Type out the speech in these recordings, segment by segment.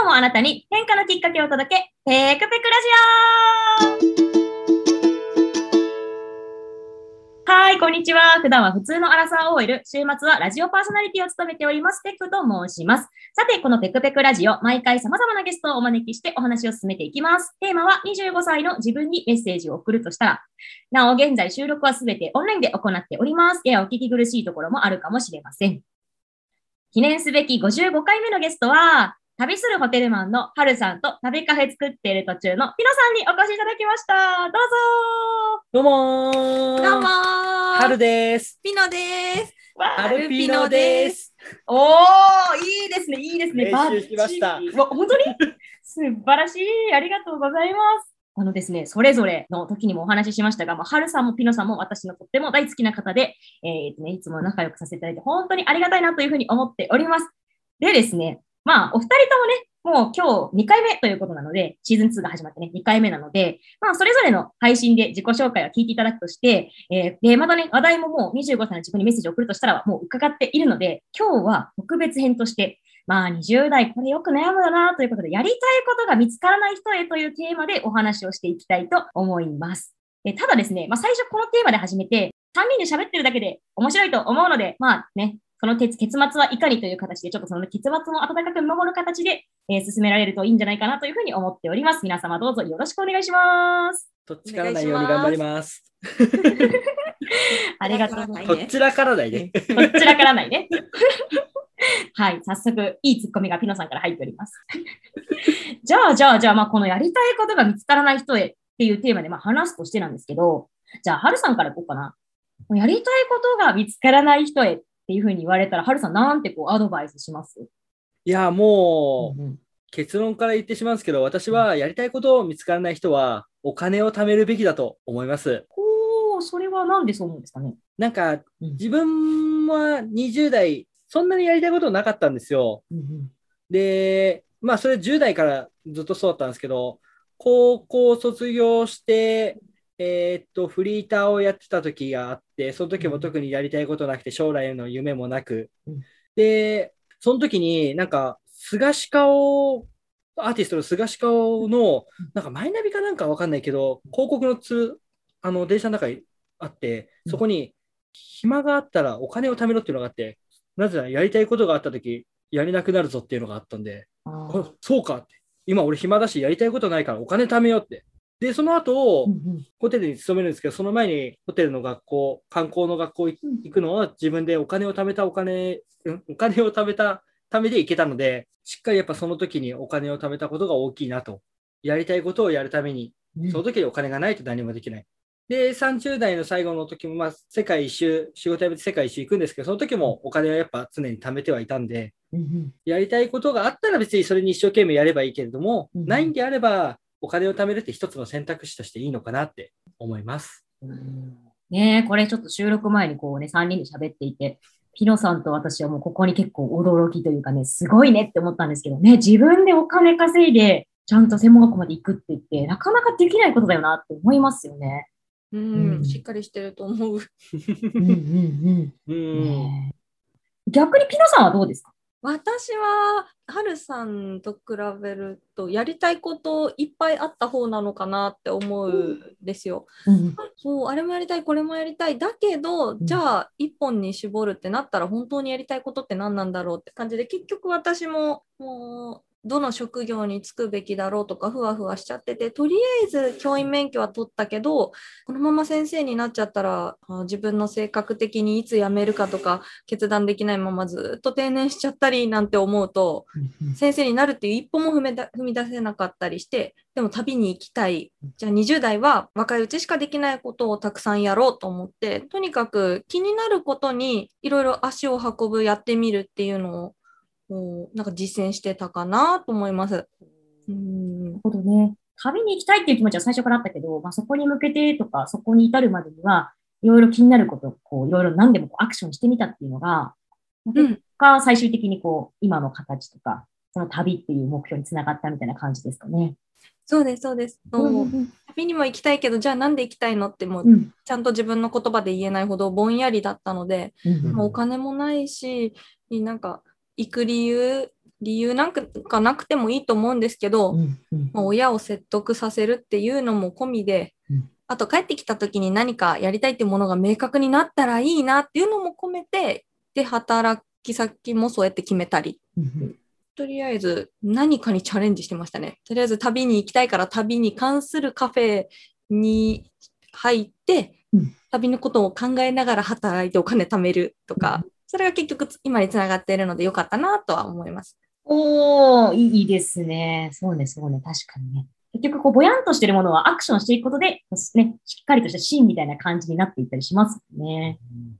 もあなたに変化のきっかけを届け、ペクペクラジオ。はい、こんにちは。普段は普通のアラサー OL、週末はラジオパーソナリティを務めております、ペクと申します。さて、このペクペクラジオ、毎回様々なゲストをお招きしてお話を進めていきます。テーマは25歳の自分にメッセージを送るとしたら、なお、現在収録はすべてオンラインで行っております。ややお聞き苦しいところもあるかもしれません。記念すべき55回目のゲストは、旅するホテルマンのはるさんと旅カフェ作っている途中のピノさんにお越しいただきました。どうぞ。 どうもー。 どうもー。 はるです。 ピノです。 はるピノです。 おー、いいですね、いいですね。 練習しました。 本当に素晴らしい。ありがとうございます。ですね、それぞれの時にもお話ししましたが、はるさんもピノさんも私のとっても大好きな方で、いつも仲良くさせていただいて、本当にありがたいなというふうに思っております。でですね、お二人ともね、もう今日2回目ということなので、シーズン2が始まってね、2回目なので、それぞれの配信で自己紹介を聞いていただくとして、で、またね、話題ももう25歳の自分にメッセージを送るとしたらもう伺っているので、今日は特別編として、20代これよく悩むよなということで、やりたいことが見つからない人へというテーマでお話をしていきたいと思います。ただですね、最初このテーマで始めて、3人で喋ってるだけで面白いと思うので、その結末はいかにという形で、ちょっとその結末を温かく見守る形で、進められるといいんじゃないかなというふうに思っております。皆様どうぞよろしくお願いします。 どっちからないように頑張ります。 ありがとうございます。 どちらからないね。 どちらからないね。はい、早速、いいツッコミがピノさんから入っております。じゃあ、このやりたいことが見つからない人へっていうテーマで話すとしてなんですけど、じゃあ、はるさんからいこうかな。やりたいことが見つからない人へっていうふうに言われたら、はるさんなんてアドバイスします？ いや、もう、結論から言ってしまうんですけど、私はやりたいことを見つからない人は、お金を貯めるべきだと思います。 それはなんでそう思うんですかね？ なんか、自分は20代、そんなにやりたいことなかったんですよ。で、それ10代からずっとそうだったんですけど、高校卒業して、フリーターをやってた時があって、その時も特にやりたいことなくて、将来への夢もなく、で、その時にアーティストの菅氏顔の、マイナビかなんかわかんないけど、広告の電車の中にあって、そこに、暇があったらお金を貯めろっていうのがあって、なぜならやりたいことがあった時やれなくなるぞっていうのがあったんで、そうかって、今俺暇だしやりたいことないからお金貯めようって。で、その後、ホテルに勤めるんですけど、その前にホテルの学校、観光の学校行くのは自分でお金を貯めたためで行けたので、しっかりやっぱその時にお金を貯めたことが大きいなと。やりたいことをやるために、その時にお金がないと何もできない。で、30代の最後の時も、世界一周、仕事辞めて世界一周行くんですけど、その時もお金はやっぱ常に貯めてはいたんで、やりたいことがあったら別にそれに一生懸命やればいいけれども、ないんであれば、お金を貯めるって一つの選択肢としていいのかなって思います。 ねえ、これちょっと収録前に3人で喋っていて、ピノさんと私はもうここに結構驚きというかね、すごいねって思ったんですけどね、自分でお金稼いで、ちゃんと専門学校まで行くって言って、なかなかできないことだよなって思いますよね。 しっかりしてると思う。 逆にピノさんはどうですか？ 私ははるさんと比べるとやりたいこといっぱいあった方なのかなって思うんですよ。そう、あれもやりたいこれもやりたいだけど、じゃあ一本に絞るってなったら本当にやりたいことって何なんだろうって感じで、結局私ももうどの職業に就くべきだろうとかふわふわしちゃってて、とりあえず教員免許は取ったけど、このまま先生になっちゃったら自分の性格的にいつ辞めるかとか決断できないままずっと定年しちゃったりなんて思うと、先生になるっていう一歩も踏み出せなかったりして、でも旅に行きたい。じゃあ20代は若いうちしかできないことをたくさんやろうと思って、とにかく気になることにいろいろ足を運ぶ、やってみるっていうのを実践してたかなと思います。 なるほどね。旅に行きたいっていう気持ちは最初からあったけど、そこに向けてとか、そこに至るまでには、いろいろ気になることをいろいろ何でもアクションしてみたっていうのが、結果、最終的に今の形とか、その旅っていう目標につながったみたいな感じですかね。 そうです、そうです。旅にも行きたいけど、じゃあなんで行きたいのってちゃんと自分の言葉で言えないほどぼんやりだったので、もうお金もないし、行く理由理由なんかなくてもいいと思うんですけど、まあ、親を説得させるっていうのも込みで、あと帰ってきた時に何かやりたいっていうものが明確になったらいいなっていうのも込めて、で、働き先もそうやって決めたり。とりあえず何かにチャレンジしてましたね。とりあえず旅に行きたいから旅に関するカフェに入って、旅のことを考えながら働いてお金貯めるとか、それが結局今につながっているのでよかったなとは思います。 おー、いいですね。そうね、そうね、確かにね。結局、ぼやんとしてるものはアクションしていくことで、ね、しっかりとしたシーンみたいな感じになっていったりしますよね。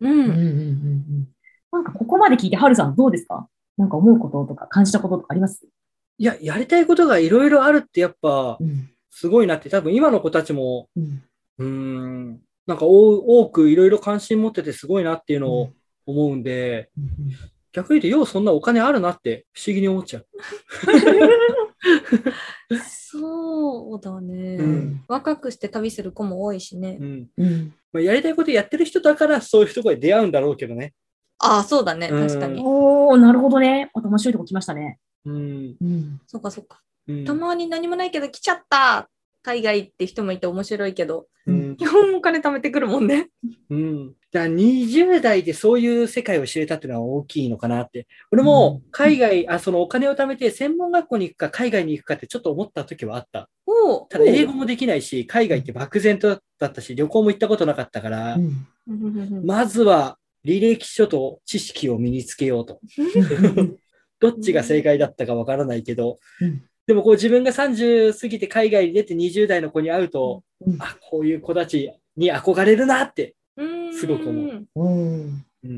なんか、ここまで聞いて、はるさんどうですか？なんか思うこととか感じたこととかあります？ いや、やりたいことがいろいろあるってやっぱ、すごいなって、多分今の子たちも、なんか多くいろいろ関心持っててすごいなっていうのを思うんで、逆に言うと、ようそんなお金あるなって不思議に思っちゃう。 そうだね、若くして旅する子も多いしね。 まあ、やりたいことやってる人だからそういうところで出会うんだろうけどね。 ああ、そうだね。確かに。 おー、なるほどね。また面白いとこ来ましたね。 そうか、そうか。たまに何もないけど来ちゃった。海外って人もいて面白いけど、基本お金貯めてくるもんね。 だから20代でそういう世界を知れたっていうのは大きいのかなって。俺も海外、そのお金を貯めて専門学校に行くか海外に行くかってちょっと思った時はあった。ただ英語もできないし、海外って漠然とだったし、旅行も行ったことなかったから、まずは履歴書と知識を身につけようと。どっちが正解だったかわからないけど、でもこう自分が30過ぎて海外に出て20代の子に会うと、あ、こういう子たちに憧れるなってすごく思う。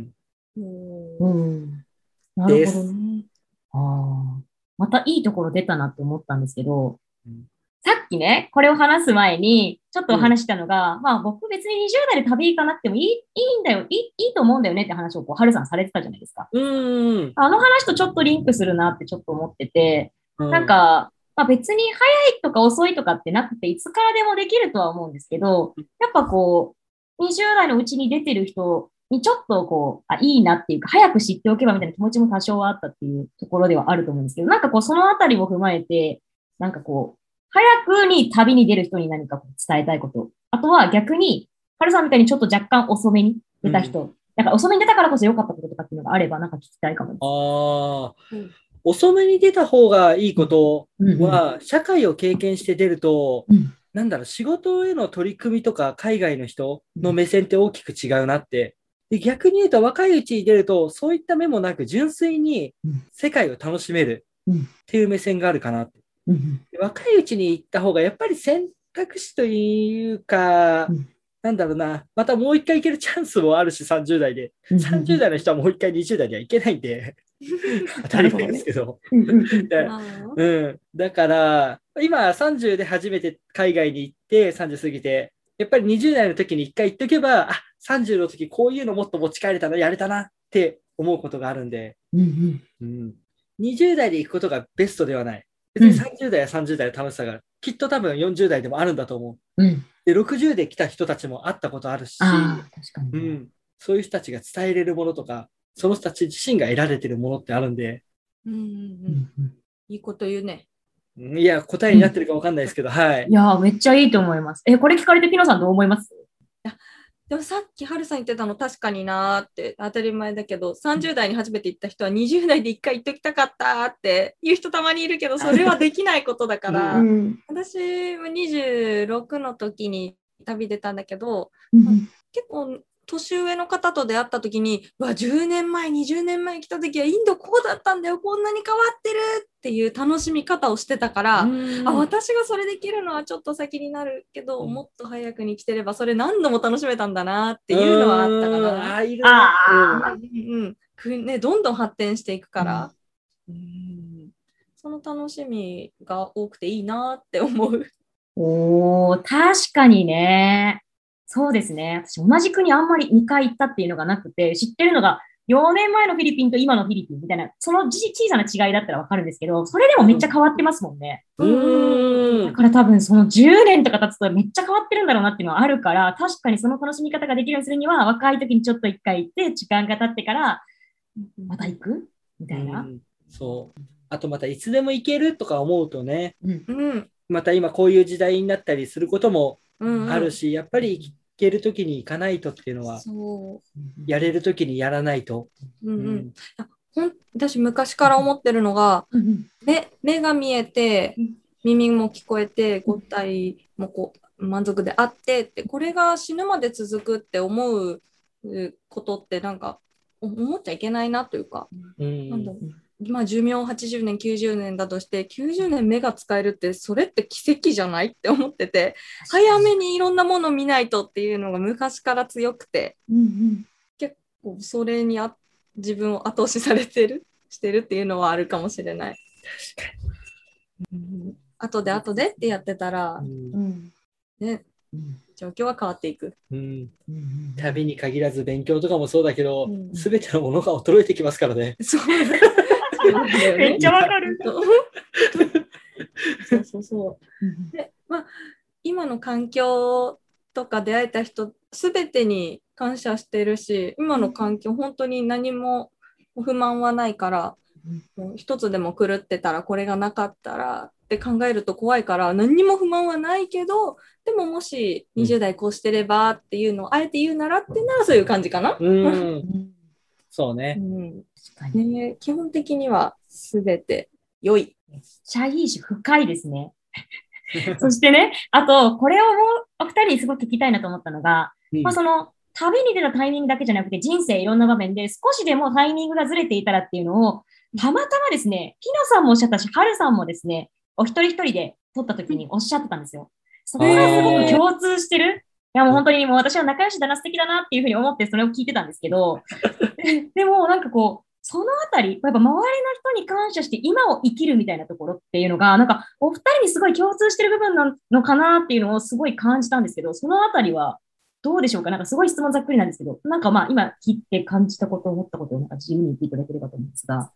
なるほどね。またいいところ出たなって思ったんですけど、さっきね、これを話す前に、ちょっとお話したのが、まあ僕別に20代で旅行かなくてもいいんだよ、いいと思うんだよねって話をはるさんされてたじゃないですか。あの話とちょっとリンクするなってちょっと思ってて、なんか、まあ、別に早いとか遅いとかってなくて、いつからでもできるとは思うんですけど、やっぱこう、20代のうちに出てる人にちょっとこう、いいなっていうか、早く知っておけばみたいな気持ちも多少はあったっていうところではあると思うんですけど、なんかこう、そのあたりも踏まえて、なんかこう、早くに旅に出る人に何かこう伝えたいこと。あとは逆に、ハルさんみたいにちょっと若干遅めに出た人、だから遅めに出たからこそ良かったこととかっていうのがあれば、なんか聞きたいかもです。 遅めに出た方がいいことは、社会を経験して出ると、なんだろう、仕事への取り組みとか、海外の人の目線って大きく違うなって。で、逆に言うと、若いうちに出ると、そういった目もなく、純粋に世界を楽しめるっていう目線があるかなって。若いうちに行った方が、やっぱり選択肢というか、なんだろうな、またもう一回行けるチャンスもあるし、30代で。30代の人はもう一回20代では行けないんで。当たり前ですけど。だから、今30で初めて海外に行って30過ぎて、やっぱり20代の時に一回行っとけば、あ、30の時こういうのもっと持ち帰れたな、やれたなって思うことがあるんで、20代で行くことがベストではない。別に30代や30代の楽しさがきっと多分40代でもあるんだと思う。で、60で来た人たちも会ったことあるし、そういう人たちが伝えれるものとか、その人たち自身が得られてるものってあるんで。 いいこと言うね。 いや、答えになってるか分かんないですけど、はい。 いや、めっちゃいいと思います。これ聞かれてピノさんどう思います？ でもさっきハルさん言ってたの確かになーって当たり前だけど、30代に初めて行った人は20代で1回行っときたかったっていう人たまにいるけど、それはできないことだから、私は26の時に旅出たんだけど、結構年上の方と出会った時に、10年前、20年前来た時はインドこうだったんだよ、こんなに変わってるっていう楽しみ方をしてたから、私がそれできるのはちょっと先になるけど、もっと早くに来てればそれ何度も楽しめたんだなっていうのはあったかな。どんどん発展していくから、その楽しみが多くていいなって思う。 確かにね。そうですね。私、同じ国あんまり2回行ったっていうのがなくて、知ってるのが4年前のフィリピンと今のフィリピンみたいな、その小さな違いだったらわかるんですけど、それでもめっちゃ変わってますもんね。だから多分その10年とか経つとめっちゃ変わってるんだろうなっていうのはあるから、確かにその楽しみ方ができるようにするには、若い時にちょっと1回行って、時間が経ってから、また行くみたいな。 そう。 あとまたいつでも行けるとか思うとね、また今こういう時代になったりすることもあるし、やっぱり行けるときに行かないとっていうのは、やれるときにやらないと。 私昔から思ってるのが、目が見えて耳も聞こえて5体もこう満足であってって、これが死ぬまで続くって思うことってなんか思っちゃいけないなというか、なんだろう、まあ寿命80年90年だとして90年目が使えるってそれって奇跡じゃないって思ってて、早めにいろんなもの見ないとっていうのが昔から強くて、結構それに自分を後押しされてるしてるっていうのはあるかもしれない。確かに。後でってやってたら、ね、状況は変わっていく。 旅に限らず勉強とかもそうだけど、すべてのものが衰えてきますからね。 そうめっちゃわかる。 で、まあ、今の環境とか出会えた人すべてに感謝してるし、今の環境本当に何も不満はないから、もう一つでも狂ってたらこれがなかったらって考えると怖いから、何にも不満はないけど、でももし20代こうしてればっていうのをあえて言うならってならそういう感じかな。 そうね。 基本的には全て良い。 めっちゃいいし深いですね。そしてね、あとこれをもうお二人にすごく聞きたいなと思ったのが、まあその旅に出たタイミングだけじゃなくて人生いろんな場面で少しでもタイミングがずれていたらっていうのをたまたまですね、ピノさんもおっしゃったし、ハルさんもですね、お一人一人で撮った時におっしゃってたんですよ。それがすごく共通してる。いやもう本当にもう私は仲良しだな素敵だなっていうふうに思ってそれを聞いてたんですけど、でもなんかこう、そのあたり、やっぱ周りの人に感謝して今を生きるみたいなところっていうのが、なんかお二人にすごい共通してる部分なのかなっていうのをすごい感じたんですけど、そのあたりはどうでしょうか。なんかすごい質問ざっくりなんですけど、なんかまあ今聞いて感じたこと、思ったことをなんか自由に言っていただければと思うんですが。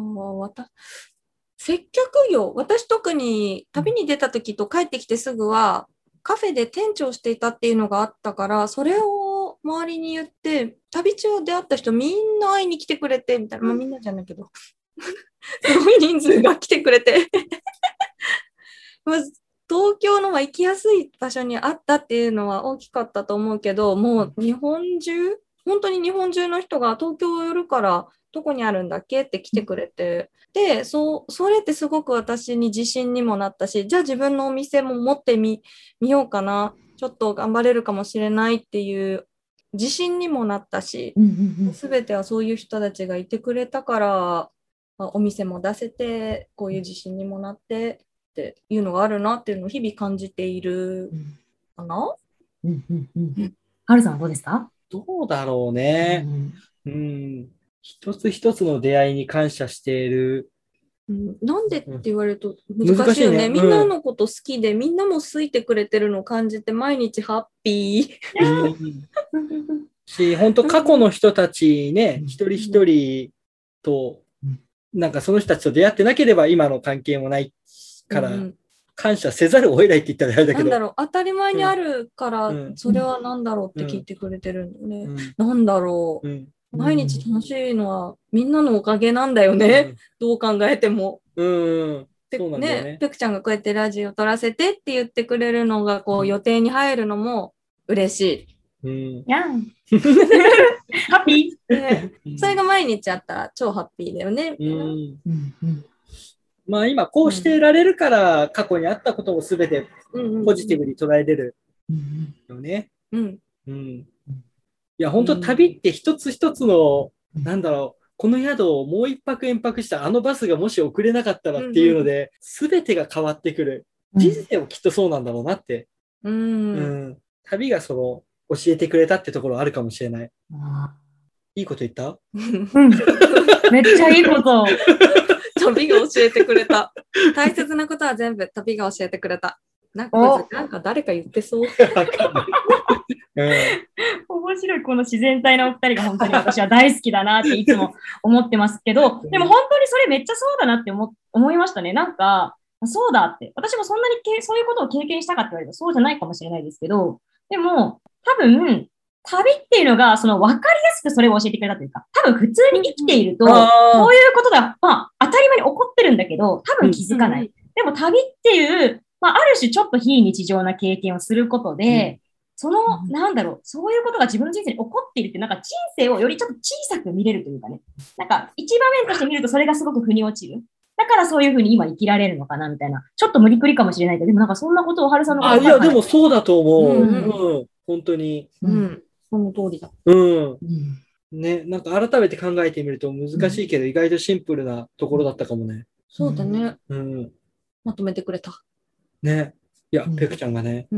接客業、私特に旅に出た時と帰ってきてすぐはカフェで店長していたっていうのがあったから、それを周りに言って、旅中出会った人みんな会いに来てくれてみたいな、まあ、みんなじゃないけどすごい人数が来てくれてまず東京のは行きやすい場所にあったっていうのは大きかったと思うけど、もう日本中、本当に日本中の人が東京寄るからどこにあるんだっけって来てくれて、で、それってすごく私に自信にもなったし、じゃあ自分のお店も持ってみようかな、ちょっと頑張れるかもしれないっていう自信にもなったし、すべてはそういう人たちがいてくれたから、お店も出せて、こういう自信にもなってっていうのがあるなっていうのを日々感じているかな。 はるさんはどうですか？ どうだろうね。一つ一つの出会いに感謝している。 なんでって言われると難しいよね。みんなのこと好きで、みんなも好いてくれてるのを感じて毎日ハッピー。本当過去の人たちね、一人一人と、なんかその人たちと出会ってなければ今の関係もないから、感謝せざるを得ないって言ったらあれだけど。 なんだろう、当たり前にあるから、それは何だろうって聞いてくれてるんだよね。なんだろう。毎日楽しいのはみんなのおかげなんだよね。どう考えても。 そうなんだよね。 ペクちゃんがこうやってラジオ撮らせてって言ってくれるのがこう予定に入るのも嬉しい。ハッピー、それが毎日あったら超ハッピーだよね。 まあ今こうしてられるから過去にあったことも全てポジティブに捉えれるよね。いや本当旅って一つ一つのなんだろう、この宿をもう一泊延泊したあのバスがもし遅れなかったらっていうので全てが変わってくる。人生もきっとそうなんだろうなって。旅がその教えてくれたってところあるかもしれない。いいこと言った？ めっちゃいいこと。 旅が教えてくれた。大切なことは全部旅が教えてくれた。なんか誰か言ってそう。 面白い、この自然体のお二人が本当に私は大好きだなっていつも思ってますけど、でも本当にそれめっちゃそうだなって思いましたね。なんか、そうだって。私もそんなにそういうことを経験したかって言われるとそうじゃないかもしれないですけど、でも多分、 旅っていうのが、その分かりやすくそれを教えてくれたというか、多分普通に生きていると、そういうことが、まあ、当たり前に起こってるんだけど、多分気づかない。でも旅っていう、まあ、ある種ちょっと非日常な経験をすることで、その、なんだろう、そういうことが自分の人生に起こっているって、なんか人生をよりちょっと小さく見れるというかね、なんか一場面として見るとそれがすごく腑に落ちる。だからそういうふうに今生きられるのかなみたいな。ちょっと無理くりかもしれないけど、でもなんかそんなことを春さんのいや、でもそうだと思う。本当に。 その通りだ。 ね、なんか改めて考えてみると難しいけど、意外とシンプルなところだったかもね。 そうだね。まとめてくれた。 ね。いや、ペクちゃんがね。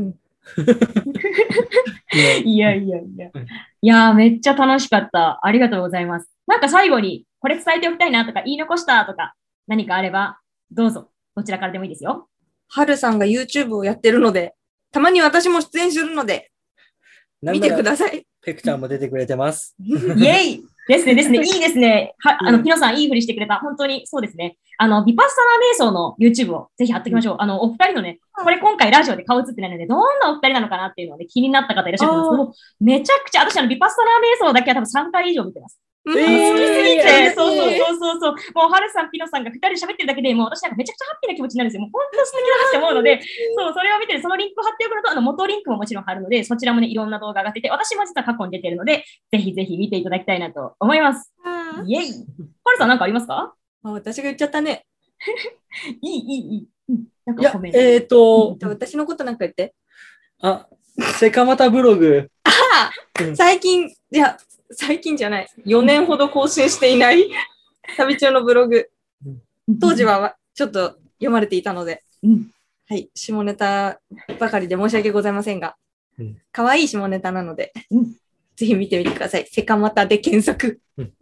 いや。いや、めっちゃ楽しかった。ありがとうございます。なんか最後に、これ伝えておきたいなとか、言い残したとか、何かあれば、どうぞ。どちらからでもいいですよ。 はるさんが YouTube をやってるので、たまに私も出演するので、見てください。 ペクちゃんも出てくれてます。 イェイですね。いいですね。ピノさん、いいふりしてくれた。本当にそうですね。ビパッサナー瞑想の YouTube をぜひ貼っておきましょう。お二人のね、これ今回ラジオで顔映ってないので、どんなお二人なのかなっていうのをね、気になった方いらっしゃるんですけど、めちゃくちゃ、私ビパッサナー瞑想だけは多分3回以上見てます。好きすぎて、そう。もう、はるさん、ピノさんが2人で喋ってるだけでもう私なんかめちゃくちゃハッピーな気持ちになるんですよ。もう本当素敵だなって思うので、そう、それを見て、そのリンクを貼っておくのと、元リンクももちろん貼るので、そちらもね、いろんな動画が出て、私も実は過去に出てるので、ぜひぜひ見ていただきたいなと思います。イェイ。はるさんなんかありますか？ 私が言っちゃったね。 いい。 なんかコメント。私のことなんか言って。 セカマタブログ。 最近じゃない。4年ほど更新していない旅中のブログ。当時はちょっと読まれていたので、はい、下ネタばかりで申し訳ございませんが、可愛い下ネタなので、ぜひ見てみてください。セカマタで検索。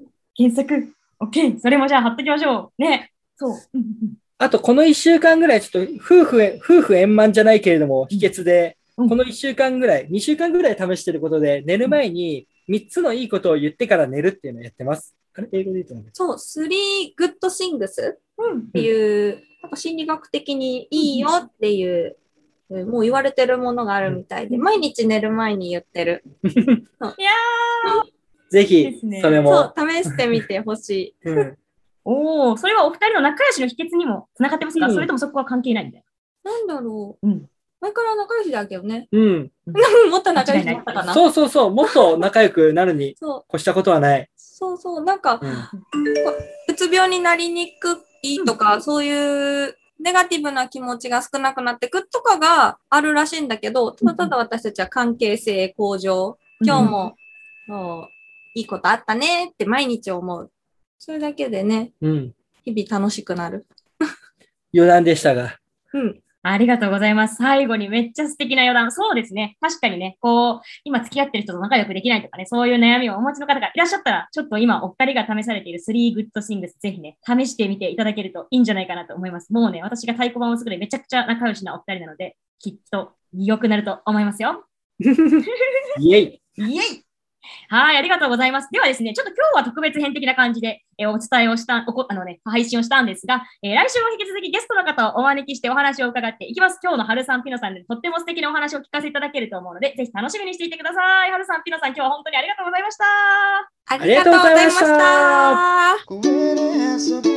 OK。それもじゃあ貼っときましょう。ね。そう。 あと、この1週間ぐらい、ちょっと夫婦円満じゃないけれども、秘訣で、この1週間ぐらい、2週間ぐらい試してることで、寝る前に3つのいいことを言ってから寝るっていうのをやってます。あれ、英語で言うと思う。 そう、3 good things っていう、なんか心理学的にいいよっていう、もう言われてるものがあるみたいで、毎日寝る前に言ってる。 いやぜひ、それも。 そう、試してみてほしい。 それはお二人の仲良しの秘訣にもつながってますか？それともそこは関係ないんだよ。 なんだろう。前から仲良しだけどね。もっと仲良しだったかな。 そう。もっと仲良くなるに越したことはない。 そう。なんか、うつ病になりにくいとか、そういうネガティブな気持ちが少なくなってくとかがあるらしいんだけど、ただ私たちは関係性向上、今日も、いいことあったねって毎日思う。それだけでね、日々楽しくなる。 余談でしたが。 ありがとうございます。最後にめっちゃ素敵な余談。そうですね。確かにね、今付き合ってる人と仲良くできないとかね、そういう悩みをお持ちの方がいらっしゃったら、ちょっと今お二人が試されている3 good things、ぜひね、試してみていただけるといいんじゃないかなと思います。もうね、私が太鼓判を作るめちゃくちゃ仲良しなお二人なので、きっと良くなると思いますよ。 イエイはい、ありがとうございます。ではですね、ちょっと今日は特別編的な感じで、お伝えをした、配信をしたんですが、来週も引き続きゲストの方をお招きしてお話を伺っていきます。今日のはるさん、ピノさんでとっても素敵なお話を聞かせていただけると思うので、ぜひ楽しみにしていてください。はるさん、ピノさん、今日は本当にありがとうございました。 ありがとうございました。